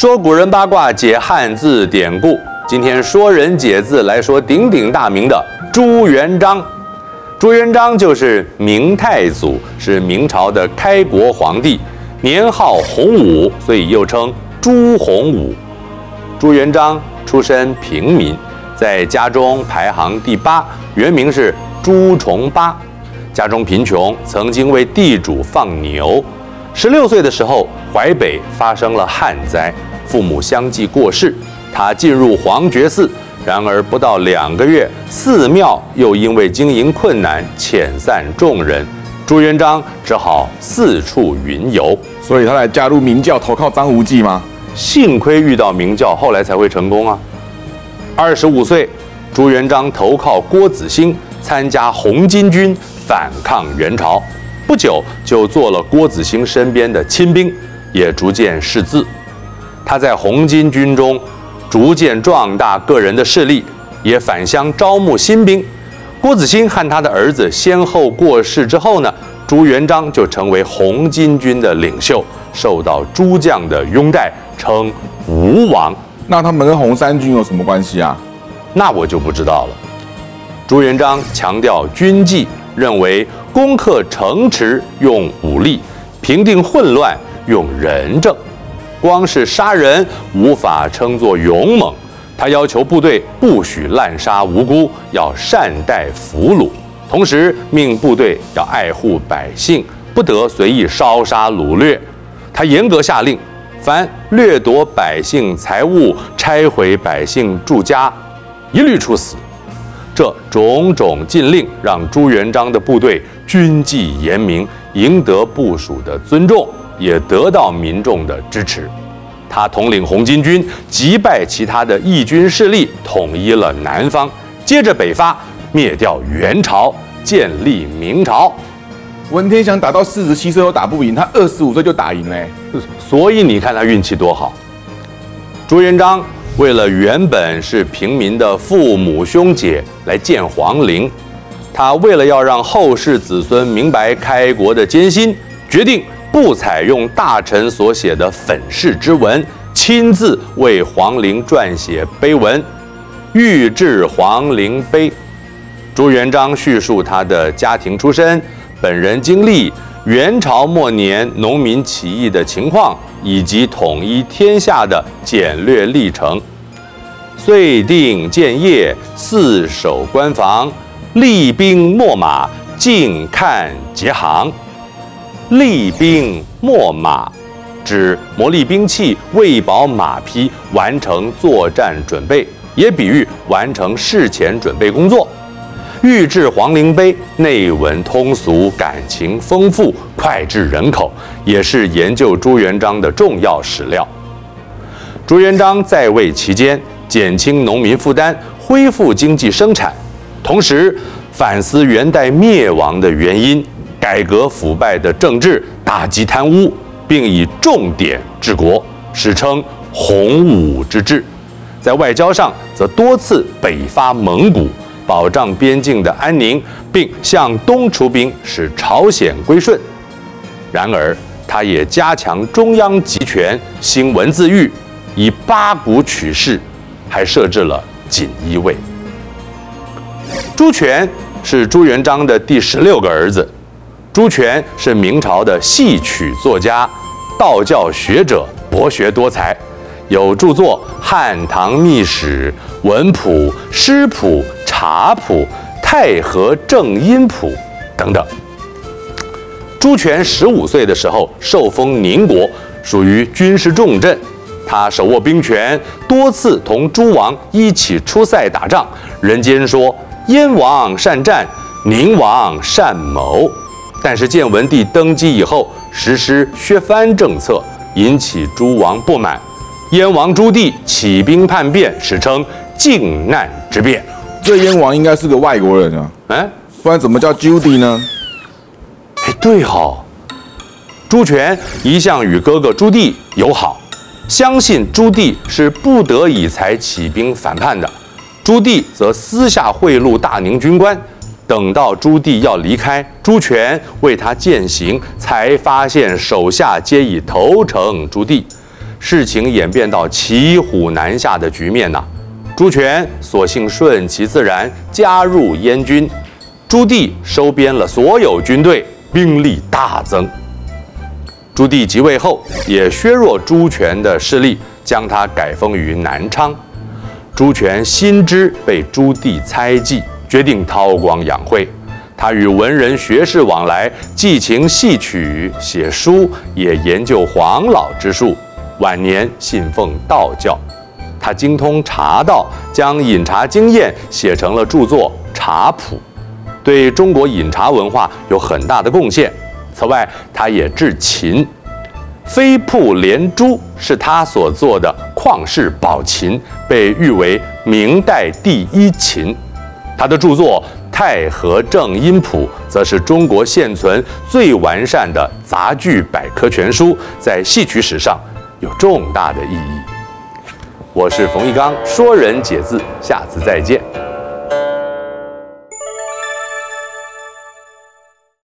说古人八卦，解汉字典故。今天说人解字，来说鼎鼎大名的朱元璋。朱元璋就是明太祖，是明朝的开国皇帝，年号洪武，所以又称朱洪武。朱元璋出身平民，在家中排行第8，原名是朱重八。家中贫穷，曾经为地主放牛。16岁的时候，淮北发生了旱灾，父母相继过世，他进入黄觉寺。然而不到2个月，寺庙又因为经营困难遣散众人，朱元璋只好四处云游。 所以他来加入明教，投靠张无忌吗？ 幸亏遇到明教，后来才会成功啊。25岁，朱元璋投靠郭子兴，参加红巾军反抗元朝，不久就做了郭子兴身边的亲兵，也逐渐识字。他在红巾军中逐渐壮大个人的势力，也返乡招募新兵。郭子兴和他的儿子先后过世之后呢，朱元璋就成为红巾军的领袖，受到诸将的拥戴，称吴王。 那他们跟红三军有什么关系啊？ 那我就不知道了。朱元璋强调军纪，认为攻克城池用武力，平定混乱用仁政。光是杀人无法称作勇猛，他要求部队不许滥杀无辜，要善待俘虏，同时命部队要爱护百姓，不得随意烧杀掳掠。他严格下令，凡掠夺百姓财物、拆毁百姓住家，一律处死。这种种禁令让朱元璋的部队军纪严明，赢得部属的尊重，也得到民众的支持。他统领红巾军，击败其他的义军势力，统一了南方，接着北伐，灭掉元朝，建立明朝。 文天祥打到47岁都打不赢，他25岁就打赢嘞。 所以你看他运气多好。朱元璋为了原本是平民的父母兄姐来建皇陵，他为了要让后世子孙明白开国的艰辛，决定不采用大臣所写的粉饰之文，亲自为皇陵撰写碑文，御制皇陵碑。朱元璋叙述他的家庭出身、本人经历、元朝末年农民起义的情况，以及统一天下的简略历程。遂定建业，四守关防，厉兵秣马，尽看节行。厉兵秣马指磨砺兵器，喂饱马匹，完成作战准备，也比喻完成事前准备工作。御制皇陵碑内文通俗，感情丰富，脍炙人口，也是研究朱元璋的重要史料。朱元璋在位期间，减轻农民负担，恢复经济生产，同时反思元代灭亡的原因，改革腐败的政治，打击贪污，并以重点治国，史称洪武之治。在外交上，则多次北伐蒙古，保障边境的安宁，并向东出兵，使朝鲜归顺。然而，他也加强中央集权，兴文字狱，以八股取士，还设置了锦衣卫。朱权是朱元璋的第16个儿子。朱权是明朝的戏曲作家、道教学者，博学多才，有著作《汉唐秘史》《文谱》《诗谱》《茶谱》《太和正音谱》等等。朱权15岁的时候受封宁国，属于军事重镇。他手握兵权，多次同诸王一起出塞打仗。人间说燕王善战，宁王善谋。但是建文帝登基以后，实施削藩政策，引起诸王不满。燕王朱棣起兵叛变，史称靖难之变。 这燕王应该是个外国人啊，不然怎么叫 Judy 呢？ 对哈。朱权一向与哥哥朱棣友好，相信朱棣是不得已才起兵反叛的。朱棣则私下贿赂大宁军官。等到朱棣要离开，朱权为他饯行，才发现手下皆已投诚朱棣。 事情演变到骑虎难下的局面呐。朱权索性顺其自然，加入燕军。朱棣收编了所有军队，兵力大增。朱棣即位后，也削弱朱权的势力，将他改封于南昌。朱权心知被朱棣猜忌，决定韬光养晦。他与文人学士往来，寄情戏曲，写书，也研究黄老之术。晚年信奉道教。他精通茶道，将饮茶经验写成了著作《茶谱》，对中国饮茶文化有很大的贡献。此外，他也制琴，飞瀑连珠是他所做的旷世宝琴，被誉为明代第一琴。他的著作《太和正音谱》则是中国现存最完善的杂剧百科全书，在戏曲史上有重大的意义。我是冯翊纲，说人解字，下次再见。